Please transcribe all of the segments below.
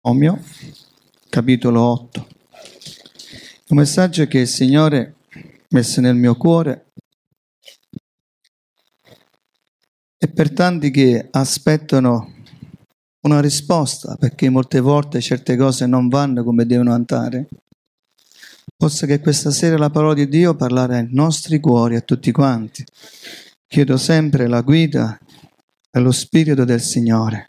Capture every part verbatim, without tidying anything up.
Deuteronomio, capitolo otto. Un messaggio che il Signore ha messo nel mio cuore e per tanti che aspettano una risposta, perché molte volte certe cose non vanno come devono andare, possa che questa sera la parola di Dio parlare ai nostri cuori, a tutti quanti. Chiedo sempre la guida e lo Spirito del Signore.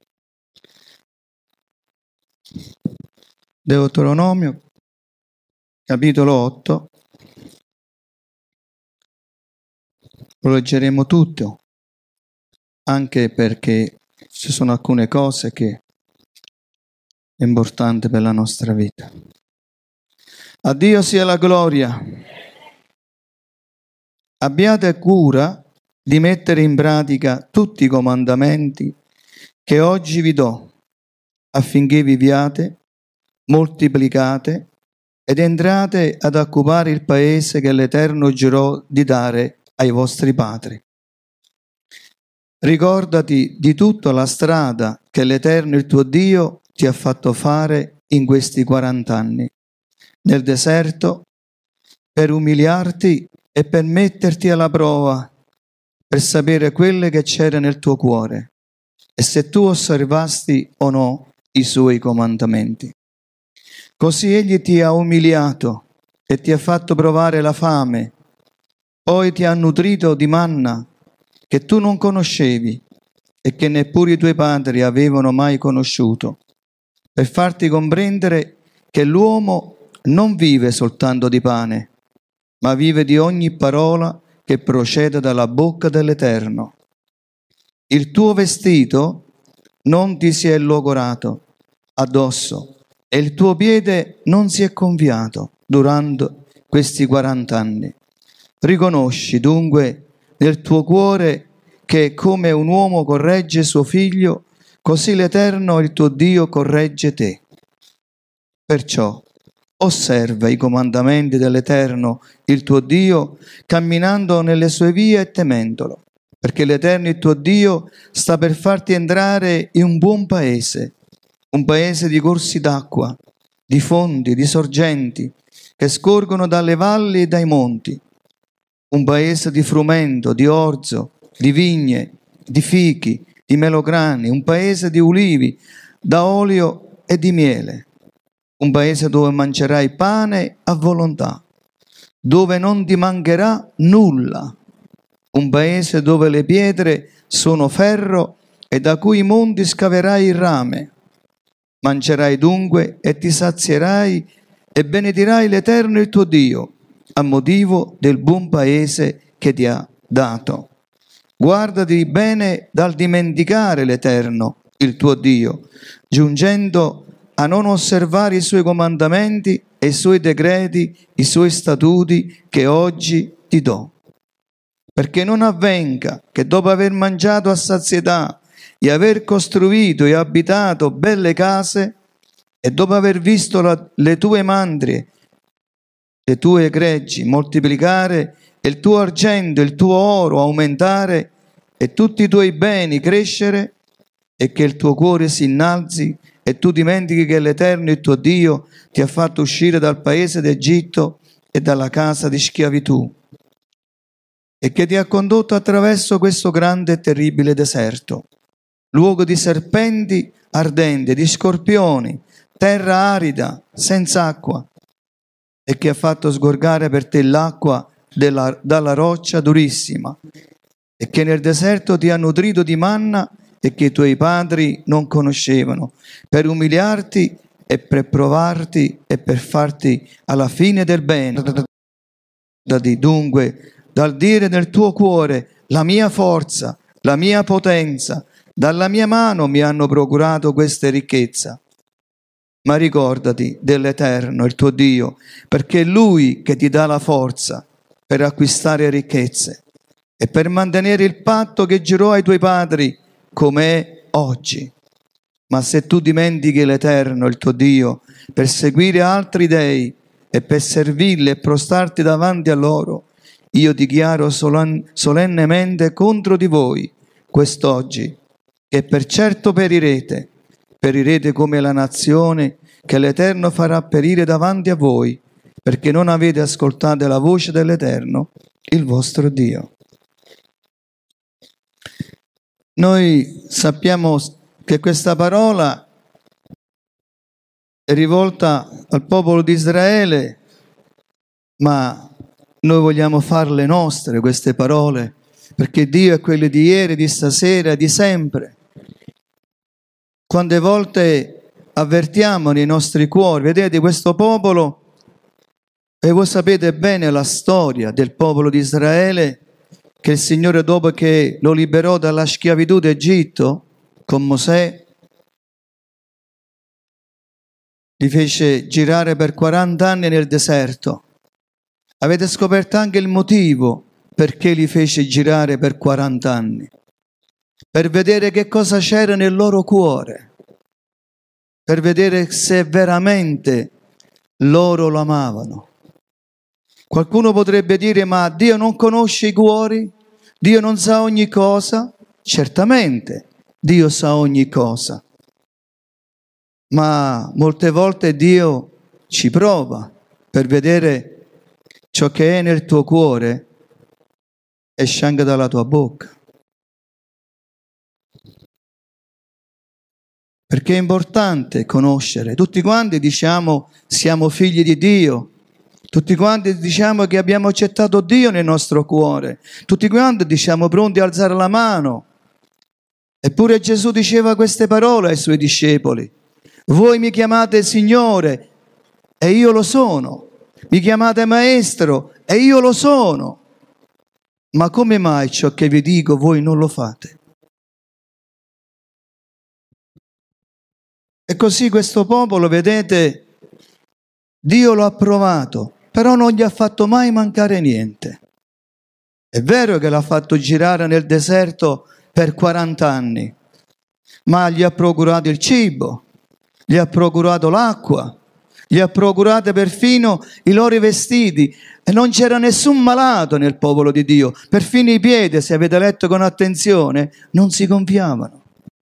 Deuteronomio, capitolo otto, lo leggeremo tutto, anche perché ci sono alcune cose che è importante per la nostra vita. A Dio sia la gloria. Abbiate cura di mettere in pratica tutti i comandamenti che oggi vi do, affinché viviate, moltiplicate ed entrate ad occupare il paese che l'Eterno giurò di dare ai vostri padri. Ricordati di tutta la strada che l'Eterno il tuo Dio ti ha fatto fare in questi quarant'anni, nel deserto, per umiliarti e per metterti alla prova, per sapere quelle che c'era nel tuo cuore e se tu osservasti o no i suoi comandamenti. Così egli ti ha umiliato e ti ha fatto provare la fame, poi ti ha nutrito di manna che tu non conoscevi e che neppure i tuoi padri avevano mai conosciuto, per farti comprendere che l'uomo non vive soltanto di pane, ma vive di ogni parola che procede dalla bocca dell'Eterno. Il tuo vestito non ti si è logorato addosso e il tuo piede non si è gonfiato durante questi quarant'anni. Riconosci dunque nel tuo cuore che come un uomo corregge suo figlio, così l'Eterno, il tuo Dio, corregge te. Perciò osserva i comandamenti dell'Eterno, il tuo Dio, camminando nelle sue vie e temendolo, perché l'Eterno, il tuo Dio, sta per farti entrare in un buon paese, un paese di corsi d'acqua, di fonti, di sorgenti, che scorgono dalle valli e dai monti, un paese di frumento, di orzo, di vigne, di fichi, di melograni, un paese di ulivi, da olio e di miele, un paese dove mangerai pane a volontà, dove non ti mancherà nulla, un paese dove le pietre sono ferro e da cui i monti scaverai il rame. Mangerai dunque e ti sazierai e benedirai l'Eterno il tuo Dio, a motivo del buon paese che ti ha dato. Guardati bene dal dimenticare l'Eterno, il tuo Dio, giungendo a non osservare i suoi comandamenti e i suoi decreti, i suoi statuti che oggi ti do. Perché non avvenga che dopo aver mangiato a sazietà e aver costruito e abitato belle case, e dopo aver visto la, le tue mandrie, le tue greggi moltiplicare, e il tuo argento, il tuo oro aumentare, e tutti i tuoi beni crescere, e che il tuo cuore si innalzi, e tu dimentichi che l'Eterno, il tuo Dio, ti ha fatto uscire dal paese d'Egitto e dalla casa di schiavitù, e che ti ha condotto attraverso questo grande e terribile deserto, luogo di serpenti ardenti, di scorpioni, terra arida, senza acqua, e che ha fatto sgorgare per te l'acqua della, dalla roccia durissima, e che nel deserto ti ha nutrito di manna e che i tuoi padri non conoscevano, per umiliarti e per provarti e per farti alla fine del bene. Dunque, dal dire nel tuo cuore, la mia forza, la mia potenza, dalla mia mano mi hanno procurato queste ricchezze. Ma ricordati dell'Eterno, il tuo Dio, perché è Lui che ti dà la forza per acquistare ricchezze e per mantenere il patto che giurò ai tuoi padri, com'è oggi. Ma se tu dimentichi l'Eterno, il tuo Dio, per seguire altri dei e per servirli e prostrarti davanti a loro, io dichiaro solennemente contro di voi quest'oggi, che per certo perirete, perirete come la nazione che l'Eterno farà perire davanti a voi, perché non avete ascoltato la voce dell'Eterno, il vostro Dio. Noi sappiamo che questa parola è rivolta al popolo di Israele, ma noi vogliamo farle nostre queste parole, perché Dio è quello di ieri, di stasera, di sempre. Quante volte avvertiamo nei nostri cuori, vedete questo popolo, e voi sapete bene la storia del popolo di Israele, che il Signore, dopo che lo liberò dalla schiavitù d'Egitto con Mosè, li fece girare per quaranta anni nel deserto. Avete scoperto anche il motivo perché li fece girare per quaranta anni, per vedere che cosa c'era nel loro cuore, per vedere se veramente loro lo amavano. Qualcuno potrebbe dire: ma Dio non conosce i cuori? Dio non sa ogni cosa? Certamente, Dio sa ogni cosa. Ma molte volte Dio ci prova per vedere ciò che è nel tuo cuore esce anche dalla tua bocca. Perché è importante conoscere. Tutti quanti diciamo siamo figli di Dio. Tutti quanti diciamo che abbiamo accettato Dio nel nostro cuore. Tutti quanti diciamo pronti a alzare la mano. Eppure Gesù diceva queste parole ai suoi discepoli: voi mi chiamate Signore e io lo sono. Mi chiamate Maestro e io lo sono. Ma come mai ciò che vi dico voi non lo fate? E così questo popolo, vedete, Dio lo ha provato, però non gli ha fatto mai mancare niente. È vero che l'ha fatto girare nel deserto per quaranta anni, ma gli ha procurato il cibo, gli ha procurato l'acqua, gli ha procurato perfino i loro vestiti, e non c'era nessun malato nel popolo di Dio. Perfino i piedi, se avete letto con attenzione, non si gonfiavano.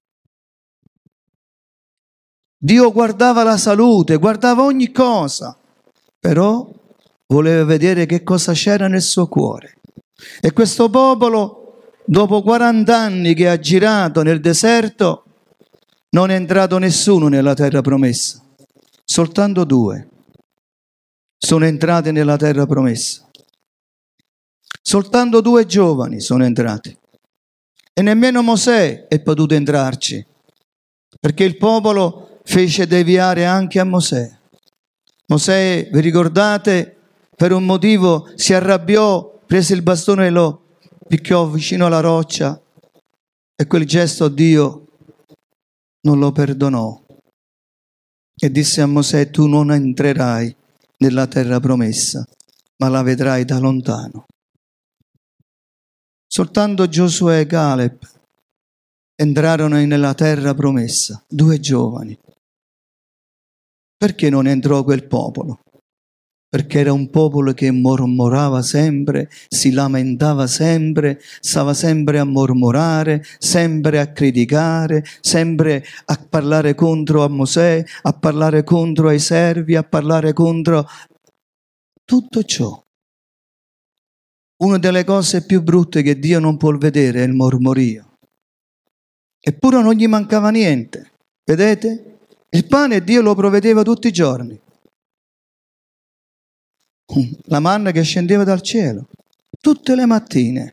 Dio guardava la salute, guardava ogni cosa, però voleva vedere che cosa c'era nel suo cuore. E questo popolo, dopo quaranta anni che ha girato nel deserto, non è entrato nessuno nella terra promessa. Soltanto due sono entrati nella terra promessa. Soltanto due giovani sono entrati. E nemmeno Mosè è potuto entrarci, perché il popolo fece deviare anche a Mosè. Mosè, vi ricordate, per un motivo si arrabbiò, prese il bastone e lo picchiò vicino alla roccia, e quel gesto Dio non lo perdonò. E disse a Mosè: tu non entrerai nella terra promessa, ma la vedrai da lontano. Soltanto Giosuè e Caleb entrarono nella terra promessa, due giovani. Perché non entrò quel popolo? Perché era un popolo che mormorava sempre, si lamentava sempre, stava sempre a mormorare, sempre a criticare, sempre a parlare contro a Mosè, a parlare contro ai servi, a parlare contro tutto ciò. Una delle cose più brutte che Dio non può vedere è il mormorio. Eppure non gli mancava niente, vedete? Il pane Dio lo provvedeva tutti i giorni. La manna che scendeva dal cielo, tutte le mattine.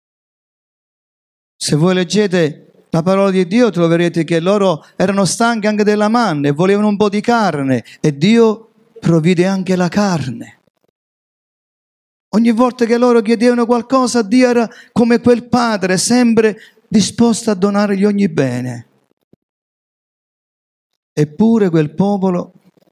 Se voi leggete la parola di Dio troverete che loro erano stanchi anche della manna e volevano un po' di carne, e Dio provvide anche la carne. Ogni volta che loro chiedevano qualcosa, Dio era come quel padre, sempre disposto a donargli ogni bene. Eppure quel popolo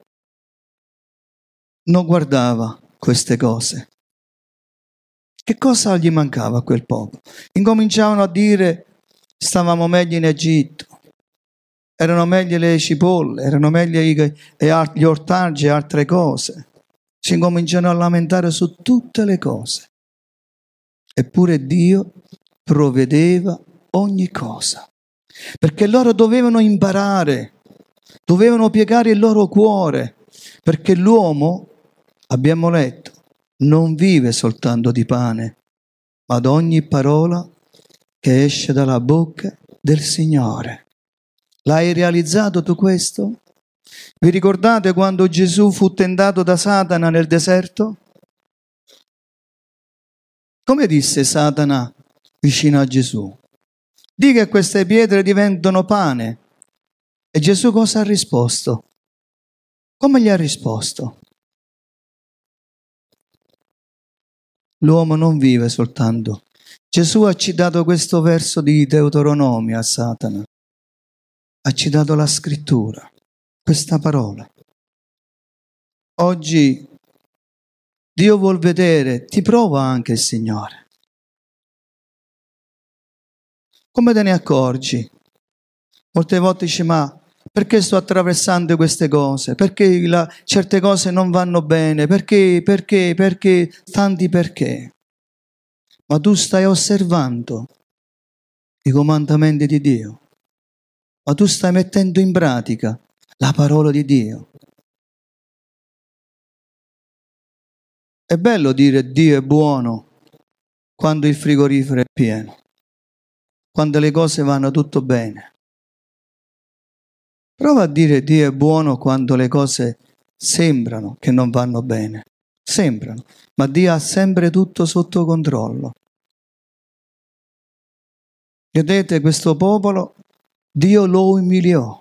non guardava queste cose. Che cosa gli mancava a quel popolo? Incominciavano a dire: stavamo meglio in Egitto, erano meglio le cipolle, erano meglio gli ortaggi e altre cose. Si incominciano a lamentare su tutte le cose. Eppure Dio provvedeva ogni cosa, perché loro dovevano imparare dovevano piegare il loro cuore, perché l'uomo, abbiamo letto, non vive soltanto di pane, ma da ogni parola che esce dalla bocca del Signore. L'hai realizzato tu questo? Vi ricordate quando Gesù fu tentato da Satana nel deserto? Come disse Satana vicino a Gesù? Dì che queste pietre diventano pane. E Gesù cosa ha risposto? Come gli ha risposto? L'uomo non vive soltanto. Gesù ha citato questo verso di Deuteronomio a Satana. Ha citato la scrittura, questa parola. Oggi Dio vuol vedere, ti prova anche il Signore. Come te ne accorgi? Molte volte dici, ma perché sto attraversando queste cose? Perché la, certe cose non vanno bene? Perché, perché, perché, tanti perché? Ma tu stai osservando i comandamenti di Dio. Ma tu stai mettendo in pratica la parola di Dio. È bello dire Dio è buono quando il frigorifero è pieno, quando le cose vanno tutto bene. Prova a dire Dio è buono quando le cose sembrano che non vanno bene. Sembrano, ma Dio ha sempre tutto sotto controllo. Vedete, questo popolo, Dio lo umiliò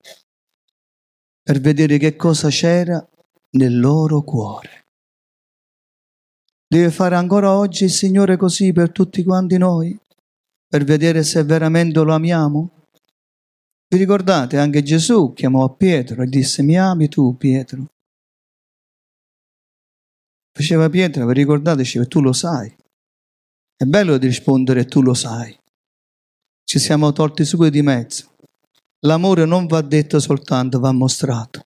per vedere che cosa c'era nel loro cuore. Deve fare ancora oggi il Signore così per tutti quanti noi, per vedere se veramente lo amiamo? Vi ricordate, anche Gesù chiamò Pietro e disse, mi ami tu Pietro? Faceva Pietro, vi ricordate, diceva, tu lo sai. È bello di rispondere, tu lo sai. Ci siamo tolti subito di mezzo. L'amore non va detto soltanto, va mostrato.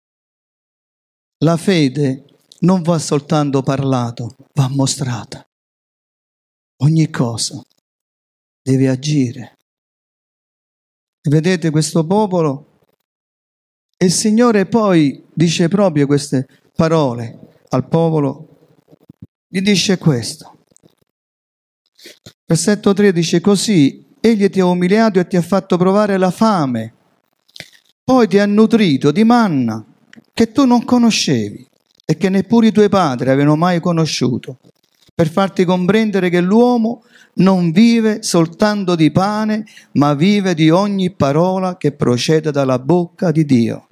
La fede non va soltanto parlato, va mostrata. Ogni cosa deve agire. E vedete questo popolo? E il Signore poi dice proprio queste parole al popolo. Gli dice questo. Versetto tre dice così. Egli ti ha umiliato e ti ha fatto provare la fame, poi ti ha nutrito di manna che tu non conoscevi e che neppure i tuoi padri avevano mai conosciuto, per farti comprendere che l'uomo non vive soltanto di pane, ma vive di ogni parola che procede dalla bocca di Dio.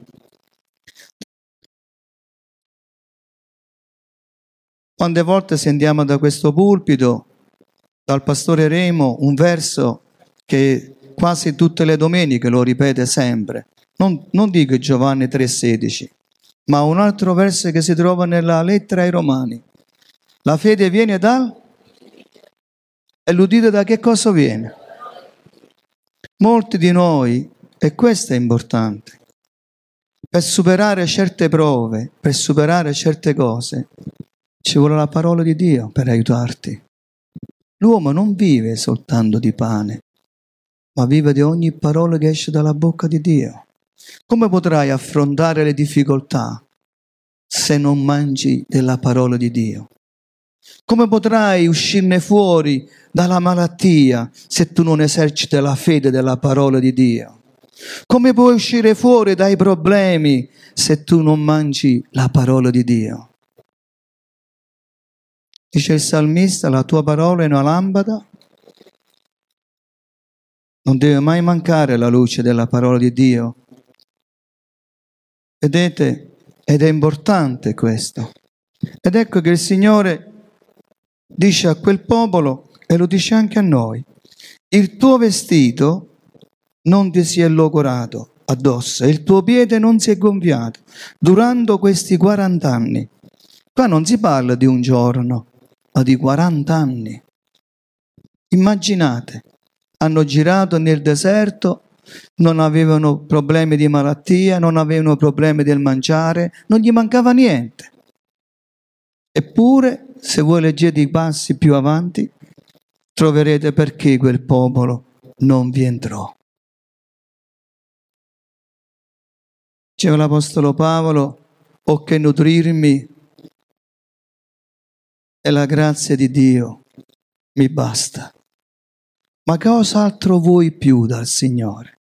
Quante volte sentiamo da questo pulpito, dal pastore Remo, un verso che quasi tutte le domeniche lo ripete sempre. Non, non dico Giovanni tre sedici, ma un altro verso che si trova nella lettera ai Romani. La fede viene dal... E l'udito da che cosa viene? Molti di noi, e questo è importante, per superare certe prove, per superare certe cose, ci vuole la parola di Dio per aiutarti. L'uomo non vive soltanto di pane, ma vive di ogni parola che esce dalla bocca di Dio. Come potrai affrontare le difficoltà se non mangi della parola di Dio? Come potrai uscirne fuori dalla malattia se tu non eserciti la fede della parola di Dio? Come puoi uscire fuori dai problemi se tu non mangi la parola di Dio? Dice il salmista, la tua parola è una lampada. Non deve mai mancare la luce della parola di Dio. Vedete? Ed è importante questo. Ed ecco che il Signore dice a quel popolo, e lo dice anche a noi, il tuo vestito non ti si è logorato addosso, e il tuo piede non si è gonfiato durante questi quaranta anni. Qua non si parla di un giorno, ma di quaranta anni. Immaginate. Hanno girato nel deserto, non avevano problemi di malattia, non avevano problemi del mangiare, non gli mancava niente. Eppure, se voi leggete i passi più avanti, troverete perché quel popolo non vi entrò. Diceva l'Apostolo Paolo, ho che nutrirmi e la grazia di Dio mi basta. Ma cos'altro vuoi più dal Signore?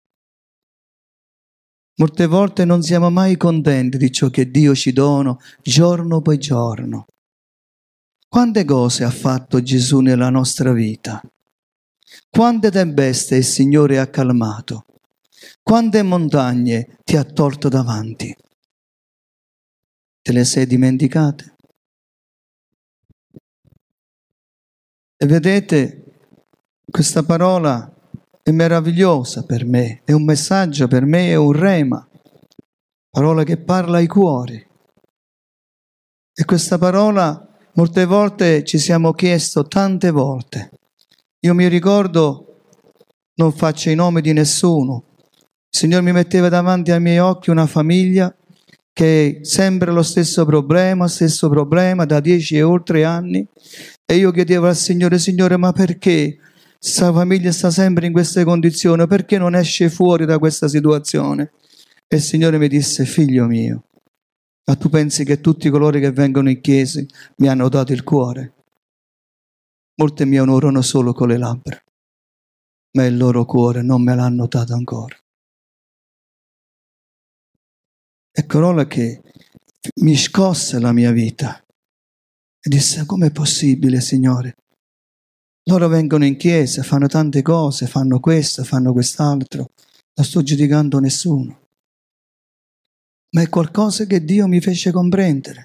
Molte volte non siamo mai contenti di ciò che Dio ci dona giorno per giorno. Quante cose ha fatto Gesù nella nostra vita? Quante tempeste il Signore ha calmato? Quante montagne ti ha tolto davanti? Te le sei dimenticate? E vedete, questa parola è meravigliosa per me, è un messaggio per me, è un rema, parola che parla ai cuori. E questa parola molte volte ci siamo chiesto, tante volte. Io mi ricordo, non faccio i nomi di nessuno, il Signore mi metteva davanti ai miei occhi una famiglia che sempre lo stesso problema, stesso problema da dieci e oltre anni, e io chiedevo al Signore, Signore, ma perché questa famiglia sta sempre in queste condizioni? Perché non esce fuori da questa situazione? E il Signore mi disse, figlio mio, ma tu pensi che tutti coloro che vengono in chiesa mi hanno dato il cuore? Molti mi onorano solo con le labbra, ma il loro cuore non me l'hanno dato ancora. È parola che mi scosse la mia vita e disse, com'è possibile, Signore? Loro vengono in chiesa, fanno tante cose, fanno questo, fanno quest'altro, non sto giudicando nessuno, ma è qualcosa che Dio mi fece comprendere.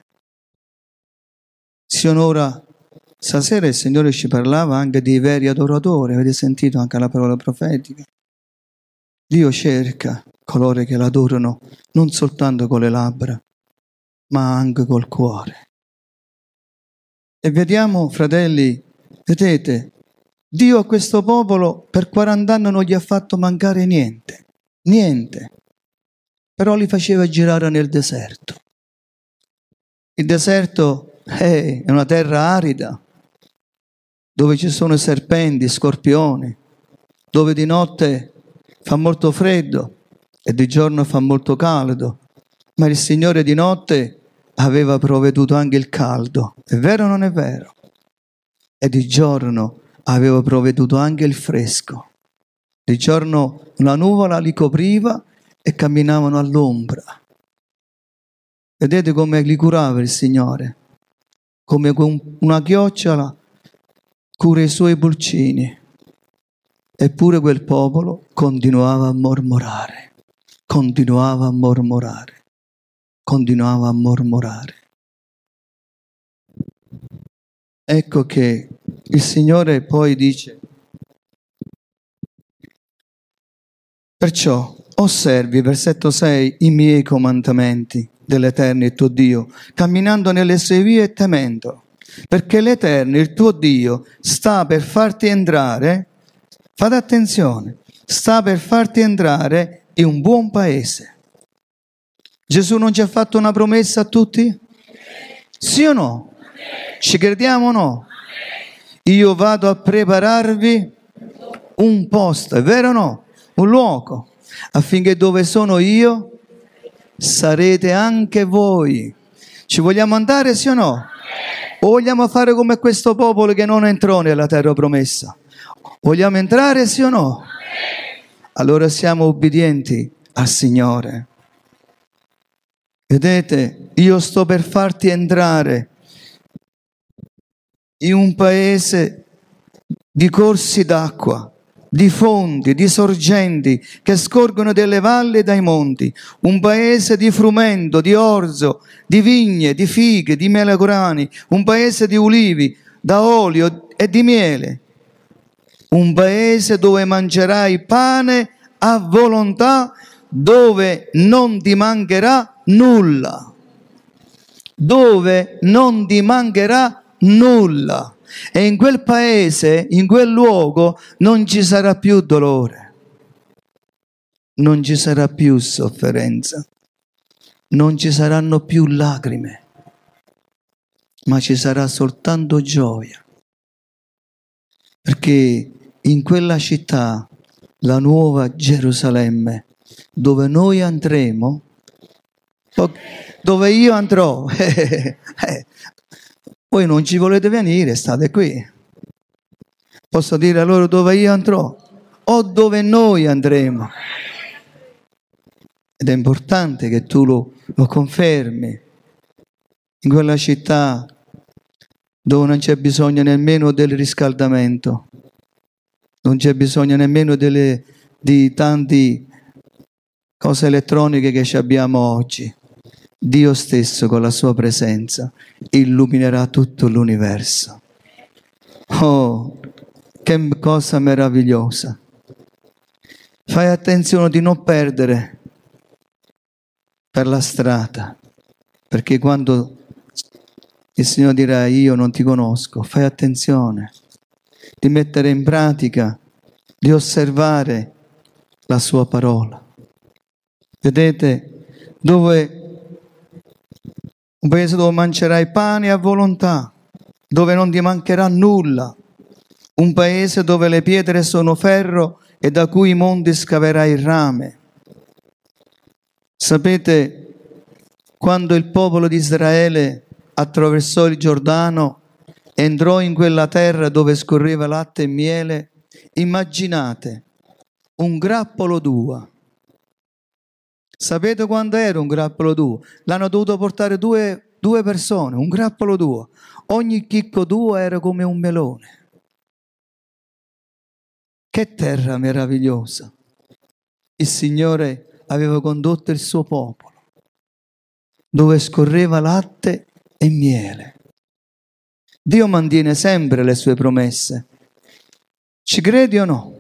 Si onora, stasera il Signore ci parlava anche dei veri adoratori, avete sentito anche la parola profetica? Dio cerca coloro che l'adorano non soltanto con le labbra, ma anche col cuore. E vediamo, fratelli, vedete, Dio a questo popolo per quaranta anni non gli ha fatto mancare niente, niente, però li faceva girare nel deserto. Il deserto è una terra arida, dove ci sono serpenti, scorpioni, dove di notte fa molto freddo e di giorno fa molto caldo, ma il Signore di notte aveva provveduto anche il caldo, è vero o non è vero? E di giorno aveva provveduto anche il fresco. Di giorno una nuvola li copriva e camminavano all'ombra. Vedete come li curava il Signore? Come con una chiocciola cura i suoi pulcini. Eppure quel popolo continuava a mormorare, continuava a mormorare, continuava a mormorare. Ecco che il Signore poi dice, perciò osservi, versetto sei, i miei comandamenti dell'Eterno il tuo Dio, camminando nelle sue vie e temendo, perché l'Eterno il tuo Dio sta per farti entrare, fate attenzione, sta per farti entrare in un buon paese. Gesù non ci ha fatto una promessa a tutti? Sì o no? Ci crediamo o no? Io vado a prepararvi un posto, è vero o no? Un luogo, affinché dove sono io sarete anche voi. Ci vogliamo andare, sì o no? O vogliamo fare come questo popolo che non entrò nella terra promessa? Vogliamo entrare, sì o no? Allora siamo obbedienti al Signore. Vedete, io sto per farti entrare in un paese di corsi d'acqua, di fonti, di sorgenti che scorgono dalle valli e dai monti, un paese di frumento, di orzo, di vigne, di fighe, di melograni, un paese di ulivi, da olio e di miele, un paese dove mangerai pane a volontà, dove non ti mancherà nulla, dove non ti mancherà nulla. E in quel paese, in quel luogo, non ci sarà più dolore, non ci sarà più sofferenza, non ci saranno più lacrime, ma ci sarà soltanto gioia. Perché in quella città, la nuova Gerusalemme, dove noi andremo, Dove io andrò? Voi non ci volete venire, state qui. Posso dire a loro dove io andrò o dove noi andremo. Ed è importante che tu lo, lo confermi in quella città dove non c'è bisogno nemmeno del riscaldamento, non c'è bisogno nemmeno delle, di tante cose elettroniche che abbiamo oggi. Dio stesso con la sua presenza illuminerà tutto l'universo. Oh, che cosa meravigliosa! Fai attenzione di non perdere per la strada, perché quando il Signore dirà io non ti conosco, fai attenzione di mettere in pratica, di osservare la sua parola. Vedete, dove un paese dove mangerai pane a volontà, dove non ti mancherà nulla, un paese dove le pietre sono ferro e da cui i monti scaverai il rame. Sapete, quando il popolo di Israele attraversò il Giordano, entrò in quella terra dove scorreva latte e miele, immaginate un grappolo d'uva. Sapete quando era un grappolo d'uva? L'hanno dovuto portare due, due persone, un grappolo d'uva. Ogni chicco d'uva era come un melone. Che terra meravigliosa! Il Signore aveva condotto il suo popolo, dove scorreva latte e miele. Dio mantiene sempre le sue promesse. Ci credi o no?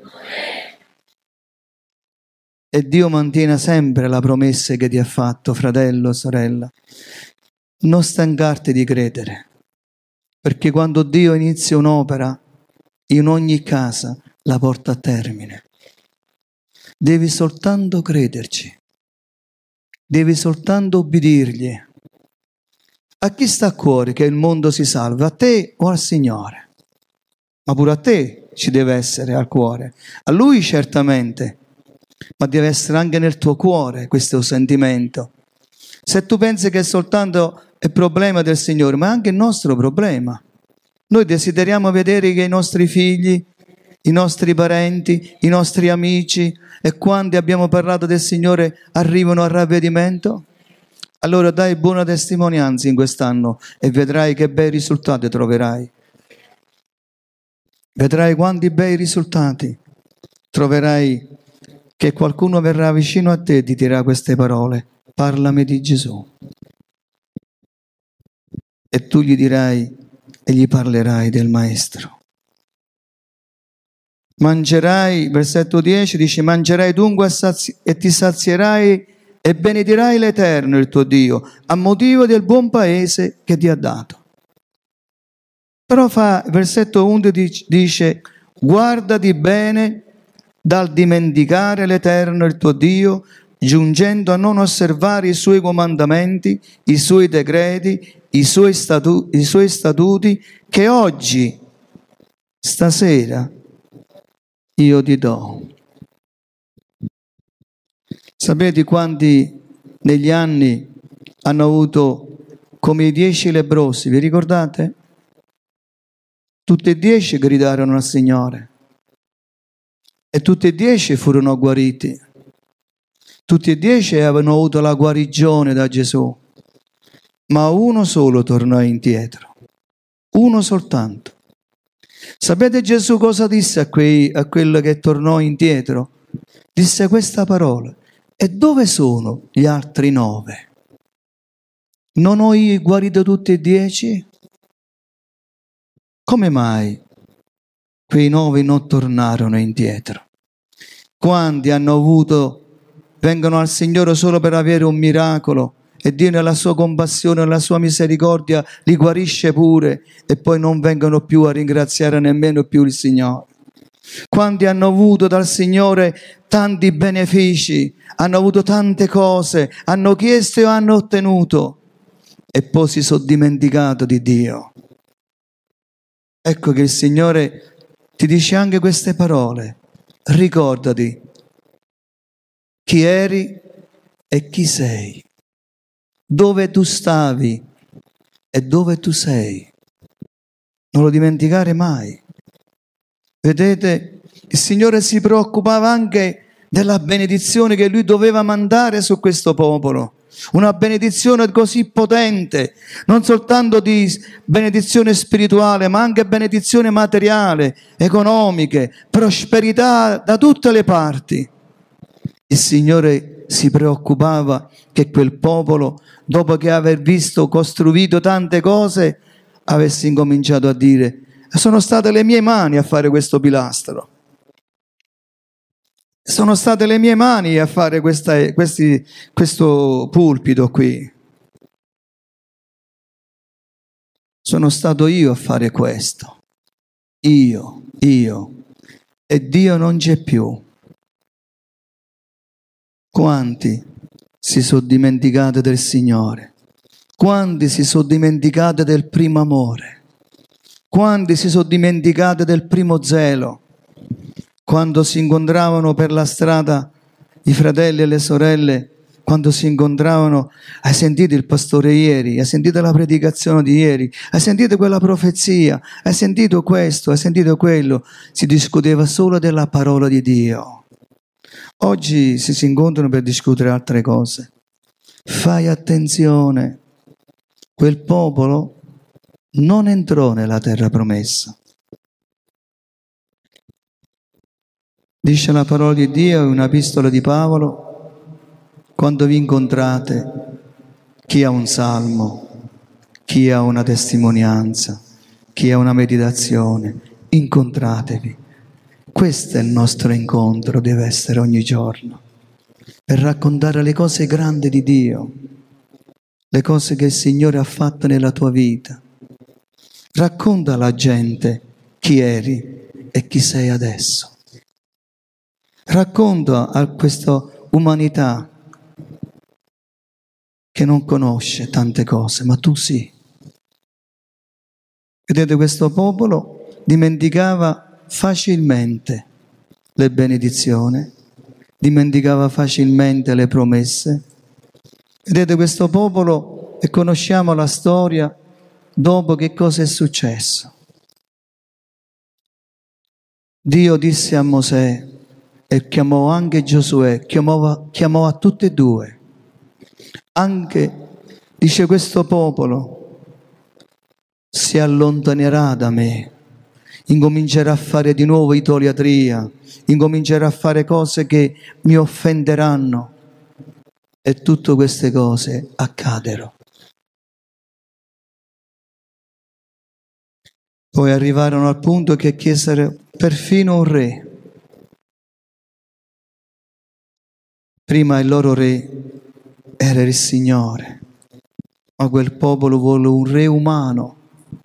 E Dio mantiene sempre la promessa che ti ha fatto, fratello, sorella. Non stancarti di credere, perché quando Dio inizia un'opera, in ogni casa la porta a termine. Devi soltanto crederci, devi soltanto ubbidirgli. A chi sta a cuore che il mondo si salva? A te o al Signore? Ma pure a te ci deve essere al cuore. A Lui certamente, ma deve essere anche nel tuo cuore questo sentimento. Se tu pensi che è soltanto il problema del Signore, ma è anche il nostro problema. Noi desideriamo vedere che i nostri figli, i nostri parenti, i nostri amici, e quando abbiamo parlato del Signore arrivano al ravvedimento. Allora dai buona testimonianza in quest'anno e vedrai che bei risultati troverai. Vedrai quanti bei risultati. Troverai che qualcuno verrà vicino a te e ti dirà queste parole: parlami di Gesù. E tu gli dirai e gli parlerai del Maestro. Mangerai, versetto dieci dice, mangerai dunque e ti sazierai e benedirai l'Eterno, il tuo Dio, a motivo del buon paese che ti ha dato. Però fa, versetto undici dice, guardati bene dal dimenticare l'Eterno, il tuo Dio, giungendo a non osservare i suoi comandamenti, i suoi decreti, i suoi, statu- i suoi statuti, che oggi, stasera, io ti do. Sapete quanti negli anni hanno avuto come i dieci lebbrosi, vi ricordate? Tutti e dieci gridarono al Signore e tutti e dieci furono guariti. Tutti e dieci avevano avuto la guarigione da Gesù, ma uno solo tornò indietro, uno soltanto. Sapete Gesù cosa disse a, quei, a quello che tornò indietro? Disse questa parola: e dove sono gli altri nove? Non ho io guarito tutti e dieci? Come mai quei nove non tornarono indietro? Quanti hanno avuto, vengono al Signore solo per avere un miracolo e Dio nella sua compassione, nella sua misericordia li guarisce pure e poi non vengono più a ringraziare nemmeno più il Signore. Quanti hanno avuto dal Signore tanti benefici, hanno avuto tante cose, hanno chiesto e hanno ottenuto e poi si sono dimenticato di Dio. Ecco che il Signore ti dice anche queste parole: ricordati chi eri e chi sei. dove tu stavi e dove tu sei. Non lo dimenticare mai. Vedete, il Signore si preoccupava anche della benedizione che Lui doveva mandare su questo popolo. Una benedizione così potente, non soltanto di benedizione spirituale, ma anche benedizione materiale, economiche, prosperità da tutte le parti. Il Signore si preoccupava che quel popolo, dopo che aver visto costruito tante cose, avesse incominciato a dire: sono state le mie mani a fare questo pilastro. Sono state le mie mani a fare questa, questi, questo pulpito qui. Sono stato io a fare questo. Io, io. E Dio non c'è più. Quanti si sono dimenticati del Signore? Quanti si sono dimenticati del primo amore? Quanti si sono dimenticati del primo zelo? Quando si incontravano per la strada i fratelli e le sorelle, quando si incontravano: hai sentito il pastore ieri? Hai sentito la predicazione di ieri? Hai sentito quella profezia? Hai sentito questo? Hai sentito quello? Si discuteva solo della parola di Dio. Oggi si si incontrano per discutere altre cose. Fai attenzione, quel popolo non entrò nella terra promessa. Dice la parola di Dio in una epistola di Paolo: quando vi incontrate, chi ha un salmo, chi ha una testimonianza, chi ha una meditazione, incontratevi. Questo è il nostro incontro, deve essere ogni giorno, per raccontare le cose grandi di Dio, le cose che il Signore ha fatto nella tua vita. Racconta alla gente chi eri e chi sei adesso. Racconta a questa umanità che non conosce tante cose, ma tu sì. Vedete, questo popolo dimenticava facilmente le benedizioni, dimenticava facilmente le promesse. Vedete, questo popolo, e conosciamo la storia, dopo che cosa è successo. Dio disse a Mosè, e chiamò anche Giosuè, chiamò, chiamò a tutti e due. Anche, dice, questo popolo si allontanerà da me, incomincerà a fare di nuovo idoliatria, incomincerà a fare cose che mi offenderanno, e tutte queste cose accadero. Poi arrivarono al punto che chiesero perfino un re. Prima il loro re era il Signore, ma quel popolo vuole un re umano.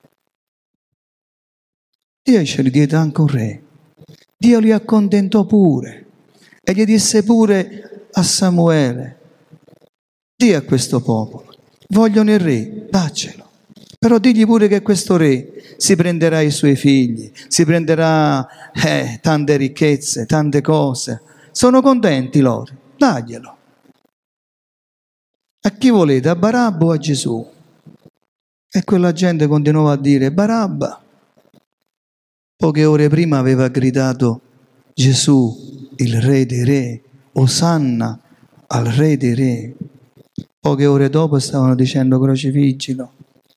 Dio ce li diede anche un re. Dio li accontentò pure e gli disse pure a Samuele: dì a questo popolo, vogliono il re, daccelo. Però digli pure che questo re si prenderà i suoi figli, si prenderà eh, tante ricchezze, tante cose. Sono contenti loro, daglielo. A chi volete, a Barabba o a Gesù? E quella gente continuava a dire Barabba. Poche ore prima aveva gridato Gesù, il re dei re, Osanna al re dei re. Poche ore dopo stavano dicendo crocifiggilo.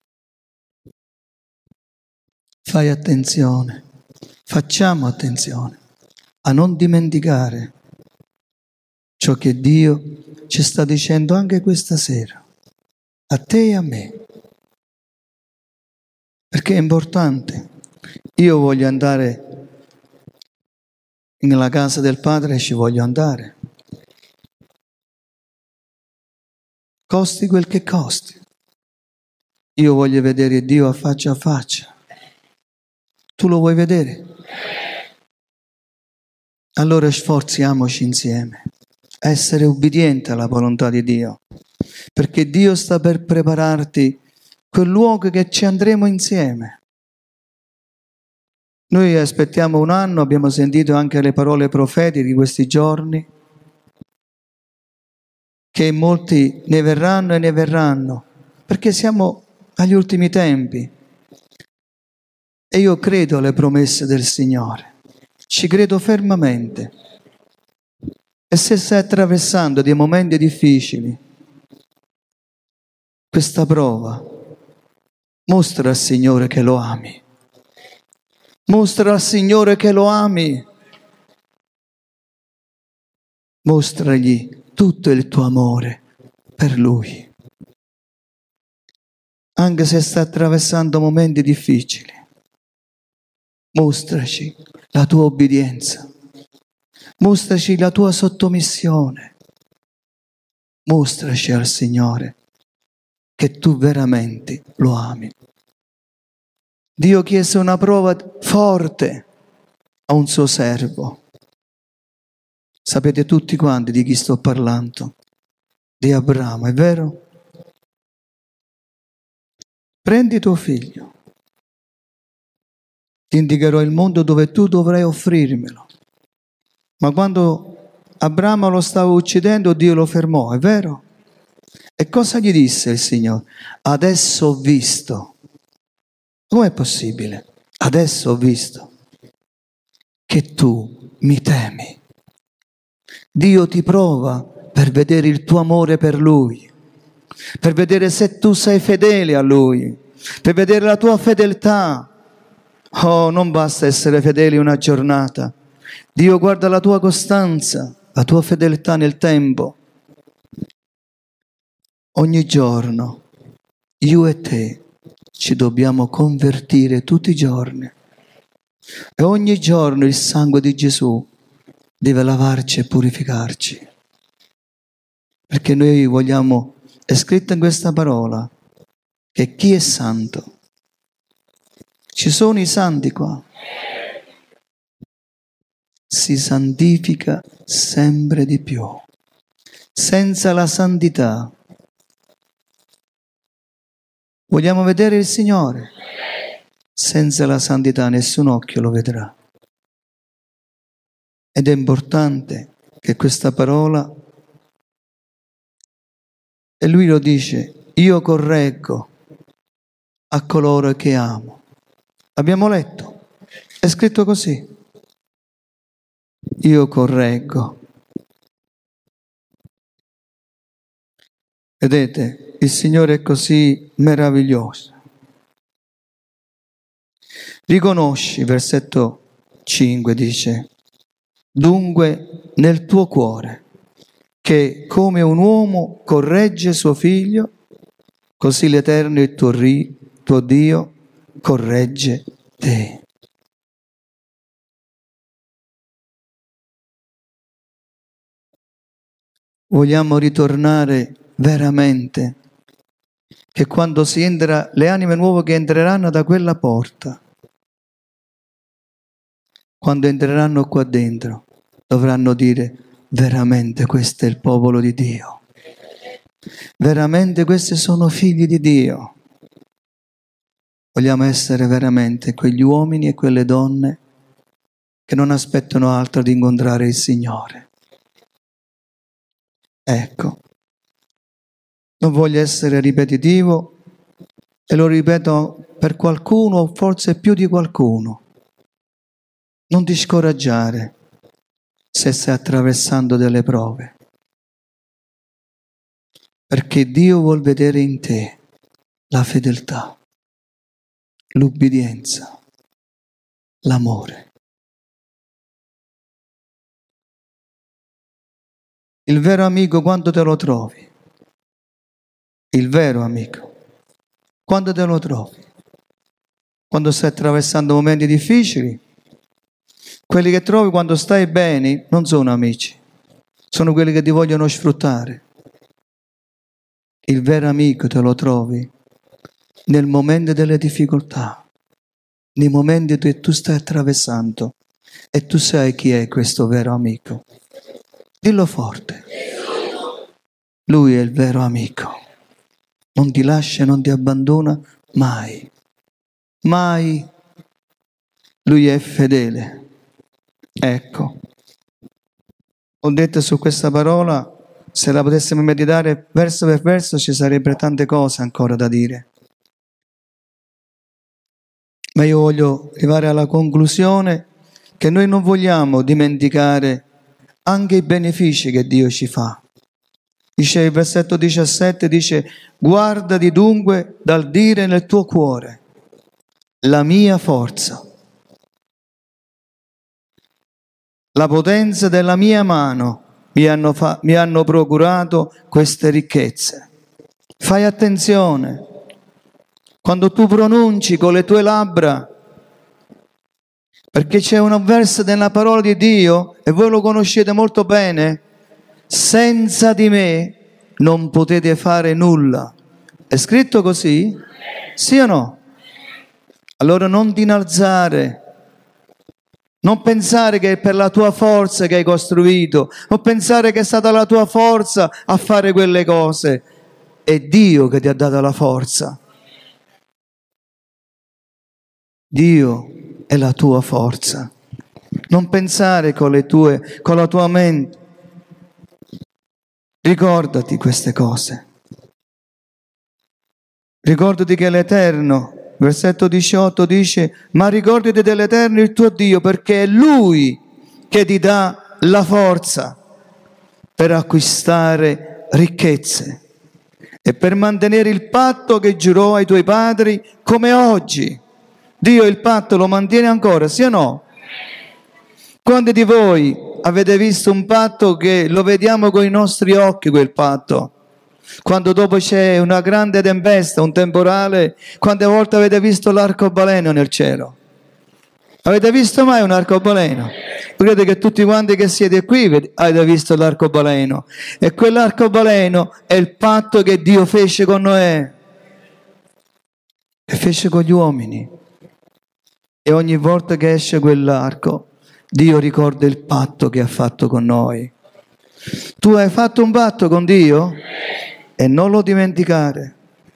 Fai attenzione, facciamo attenzione a non dimenticare ciò che Dio ci sta dicendo anche questa sera, a te e a me, perché è importante. Io voglio andare nella casa del Padre, ci voglio andare, costi quel che costi. Io voglio vedere Dio a faccia a faccia. Tu lo vuoi vedere? Allora sforziamoci insieme a essere ubbidienti alla volontà di Dio, perché Dio sta per prepararti quel luogo che ci andremo insieme. Noi aspettiamo un anno, abbiamo sentito anche le parole profetiche di questi giorni. che molti ne verranno e ne verranno, perché siamo agli ultimi tempi. E io credo alle promesse del Signore, ci credo fermamente. E se stai attraversando dei momenti difficili, questa prova, mostra al Signore che lo ami. Mostra al Signore che lo ami. Mostragli tutto il tuo amore per Lui. Anche se sta attraversando momenti difficili, mostraci la tua obbedienza. Mostraci la tua sottomissione. Mostraci al Signore che tu veramente lo ami. Dio chiese una prova forte a un suo servo. Sapete tutti quanti di chi sto parlando? Di Abramo, è vero? Prendi tuo figlio, ti indicherò il mondo dove tu dovrai offrirmelo. Ma quando Abramo lo stava uccidendo, Dio lo fermò, è vero? E cosa gli disse il Signore? Adesso ho visto. Com'è possibile? Adesso ho visto che tu mi temi. Dio ti prova per vedere il tuo amore per Lui, per vedere se tu sei fedele a Lui, per vedere la tua fedeltà. Oh, non basta essere fedeli una giornata. Dio guarda la tua costanza, la tua fedeltà nel tempo. Ogni giorno, io e te, ci dobbiamo convertire tutti i giorni. E ogni giorno il sangue di Gesù deve lavarci e purificarci. Perché noi vogliamo, è scritto in questa parola, che chi è santo? Ci sono i santi qua. Si santifica sempre di più. Senza la santità vogliamo vedere il Signore? Senza la santità nessun occhio lo vedrà. Ed è importante che questa parola, e lui lo dice, io correggo a coloro che amo. Abbiamo letto, è scritto così. Io correggo. Vedete, il Signore è così meraviglioso. Riconosci, versetto cinque dice, dunque nel tuo cuore, che come un uomo corregge suo figlio, così l'Eterno il tuo, ri, tuo Dio corregge te. Vogliamo ritornare veramente, che quando si entra, le anime nuove che entreranno da quella porta, quando entreranno qua dentro, dovranno dire, veramente questo è il popolo di Dio. Veramente questi sono figli di Dio. Vogliamo essere veramente quegli uomini e quelle donne che non aspettano altro di incontrare il Signore. Ecco, non voglio essere ripetitivo e lo ripeto per qualcuno o forse più di qualcuno. Non ti scoraggiare se stai attraversando delle prove, perché Dio vuol vedere in te la fedeltà, l'ubbidienza, l'amore. Il vero amico quando te lo trovi? Il vero amico quando te lo trovi? Quando stai attraversando momenti difficili? Quelli che trovi quando stai bene non sono amici, sono quelli che ti vogliono sfruttare. Il vero amico te lo trovi nel momento delle difficoltà, nei momenti che tu stai attraversando, e tu sai chi è questo vero amico. Dillo forte. Lui è il vero amico. Non ti lascia, non ti abbandona mai. Mai. Lui è fedele. Ecco. Ho detto su questa parola se la potessimo meditare verso per verso ci sarebbero tante cose ancora da dire. Ma io voglio arrivare alla conclusione che noi non vogliamo dimenticare anche i benefici che Dio ci fa. Dice il versetto diciassette, dice: guardati dunque dal dire nel tuo cuore, la mia forza, la potenza della mia mano mi hanno, fa- mi hanno procurato queste ricchezze. Fai attenzione, quando tu pronunci con le tue labbra, perché c'è un verso nella parola di Dio, e voi lo conoscete molto bene: senza di me non potete fare nulla. È scritto così? Sì o no? Allora non ti innalzare, non pensare che è per la tua forza che hai costruito, non pensare che è stata la tua forza a fare quelle cose. È Dio che ti ha dato la forza. Dio è la tua forza. Non pensare con le tue, con la tua mente. Ricordati queste cose. Ricordati che l'Eterno, versetto diciotto dice: ma ricordati dell'Eterno il tuo Dio, perché è Lui che ti dà la forza per acquistare ricchezze e per mantenere il patto che giurò ai tuoi padri, come oggi. Dio il patto lo mantiene ancora, sì o no? Quanti di voi avete visto un patto che lo vediamo con i nostri occhi, quel patto? Quando dopo c'è una grande tempesta, un temporale, quante volte avete visto l'arcobaleno nel cielo? Avete visto mai un arcobaleno? Credo che tutti quanti che siete qui avete visto l'arcobaleno. E quell'arcobaleno è il patto che Dio fece con Noè, che fece con gli uomini. E ogni volta che esce quell'arco, Dio ricorda il patto che ha fatto con noi. Tu hai fatto un patto con Dio? E non lo dimenticare.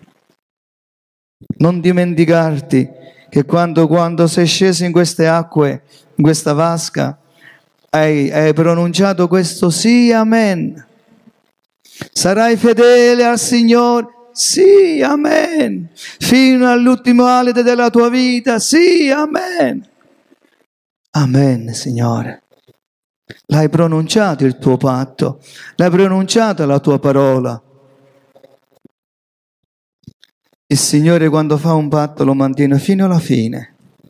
Non dimenticarti che quando, quando sei sceso in queste acque, in questa vasca, hai, hai pronunciato questo sì, amen. Sarai fedele al Signore? Sì, amen. Fino all'ultimo alito della tua vita? Sì, amen. Amen, Signore. L'hai pronunciato il tuo patto, l'hai pronunciata la tua parola. Il Signore quando fa un patto lo mantiene fino alla fine.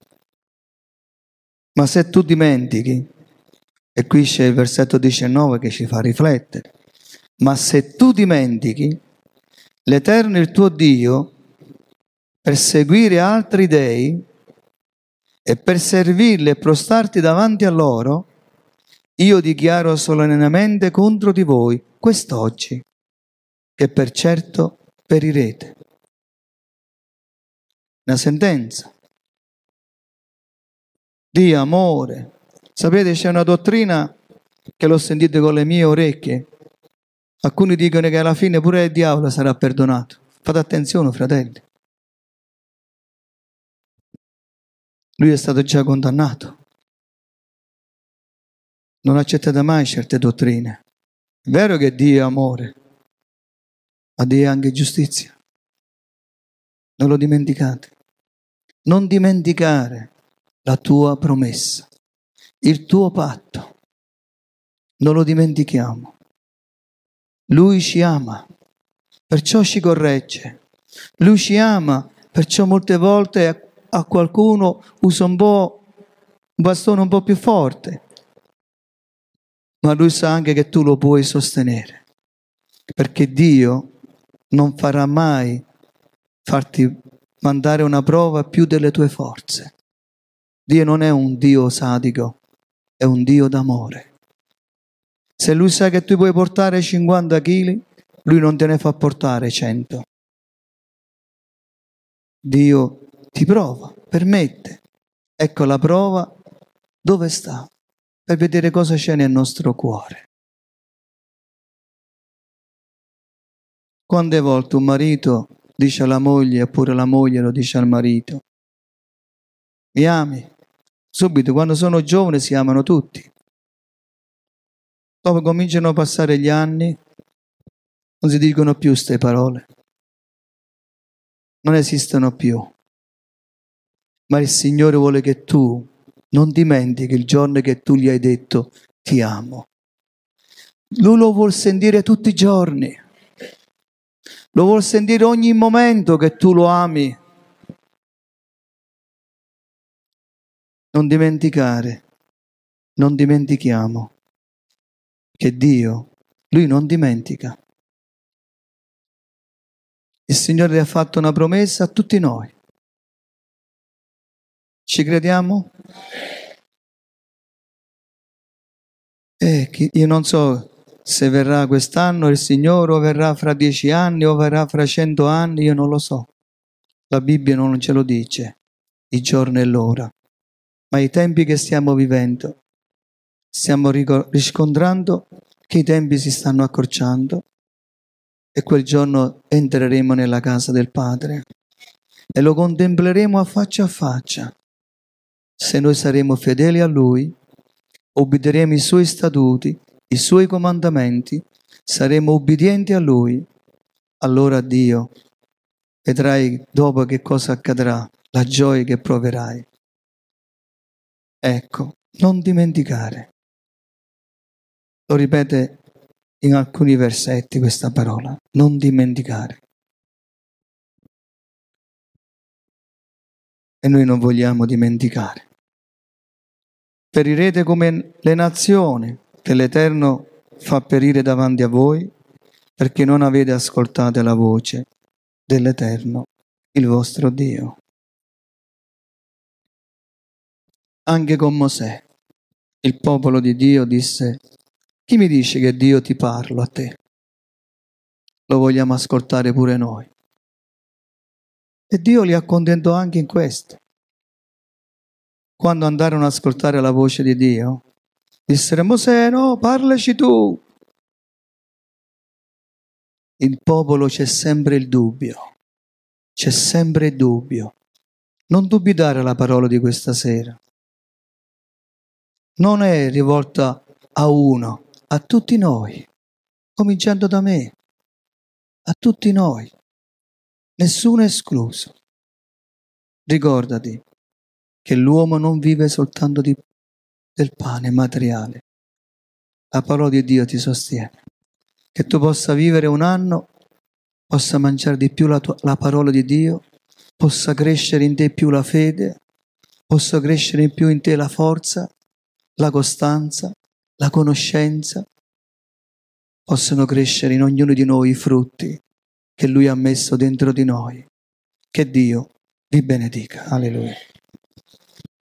Ma se tu dimentichi, e qui c'è il versetto diciannove che ci fa riflettere, ma se tu dimentichi l'Eterno il tuo Dio per seguire altri dei e per servirli e prostarti davanti a loro, io dichiaro solennemente contro di voi quest'oggi, che per certo perirete. Una sentenza di amore. Sapete, c'è una dottrina che l'ho sentita con le mie orecchie. Alcuni dicono che alla fine pure il diavolo sarà perdonato. Fate attenzione, fratelli. Lui è stato già condannato. Non accettate mai certe dottrine. È vero che Dio è amore, ma Dio è anche giustizia. Non lo dimenticate. Non dimenticare la tua promessa, il tuo patto. Non lo dimentichiamo. Lui ci ama, perciò ci corregge. Lui ci ama, perciò molte volte a qualcuno usa un po' un bastone un po' più forte. Ma Lui sa anche che tu lo puoi sostenere, perché Dio non farà mai farti mandare una prova più delle tue forze. Dio non è un Dio sadico, è un Dio d'amore. Se Lui sa che tu puoi portare cinquanta chili, Lui non te ne fa portare cento. Dio ti prova, permette. Ecco la prova dove sta, per vedere cosa c'è nel nostro cuore. Quante volte un marito dice alla moglie, oppure la moglie lo dice al marito: mi ami? Subito, quando sono giovani si amano tutti. Dopo cominciano a passare gli anni, Non si dicono più queste parole. Non esistono più. Ma il Signore vuole che tu non dimentichi il giorno che tu gli hai detto ti amo. Lui lo vuol sentire tutti i giorni. Lo vuol sentire ogni momento che tu lo ami. Non dimenticare, non dimentichiamo che Dio, Lui non dimentica. Il Signore ha fatto una promessa a tutti noi. Ci crediamo? Eh, io non so se verrà quest'anno il Signore o verrà fra dieci anni o verrà fra cento anni, io non lo so. La Bibbia non ce lo dice, il giorno e l'ora. Ma i tempi che stiamo vivendo, stiamo riscontrando che i tempi si stanno accorciando e quel giorno entreremo nella casa del Padre e lo contempleremo a faccia a faccia. Se noi saremo fedeli a Lui, obbederemo i Suoi statuti, i Suoi comandamenti, saremo ubbidienti a Lui, allora Dio, vedrai dopo che cosa accadrà, la gioia che proverai. Ecco, non dimenticare. Lo ripete in alcuni versetti questa parola, non dimenticare. E noi non vogliamo dimenticare. Perirete come le nazioni che l'Eterno fa perire davanti a voi, perché non avete ascoltato la voce dell'Eterno, il vostro Dio. Anche con Mosè, il popolo di Dio disse: chi mi dice che Dio ti parla a te? Lo vogliamo ascoltare pure noi. E Dio li accontentò anche in questo. Quando andarono ad ascoltare la voce di Dio, dissero: Mosè, no, parlaci tu. Il popolo c'è sempre il dubbio, c'è sempre il dubbio. Non dubitare la parola di questa sera. Non è rivolta a uno, a tutti noi, cominciando da me, a tutti noi, nessuno escluso. Ricordati che l'uomo non vive soltanto di, del pane materiale. La parola di Dio ti sostiene. Che tu possa vivere un anno, possa mangiare di più la, tua, la parola di Dio, possa crescere in te più la fede, possa crescere in più in te la forza, la costanza, la conoscenza, possano crescere in ognuno di noi i frutti che Lui ha messo dentro di noi. Che Dio vi benedica. Alleluia.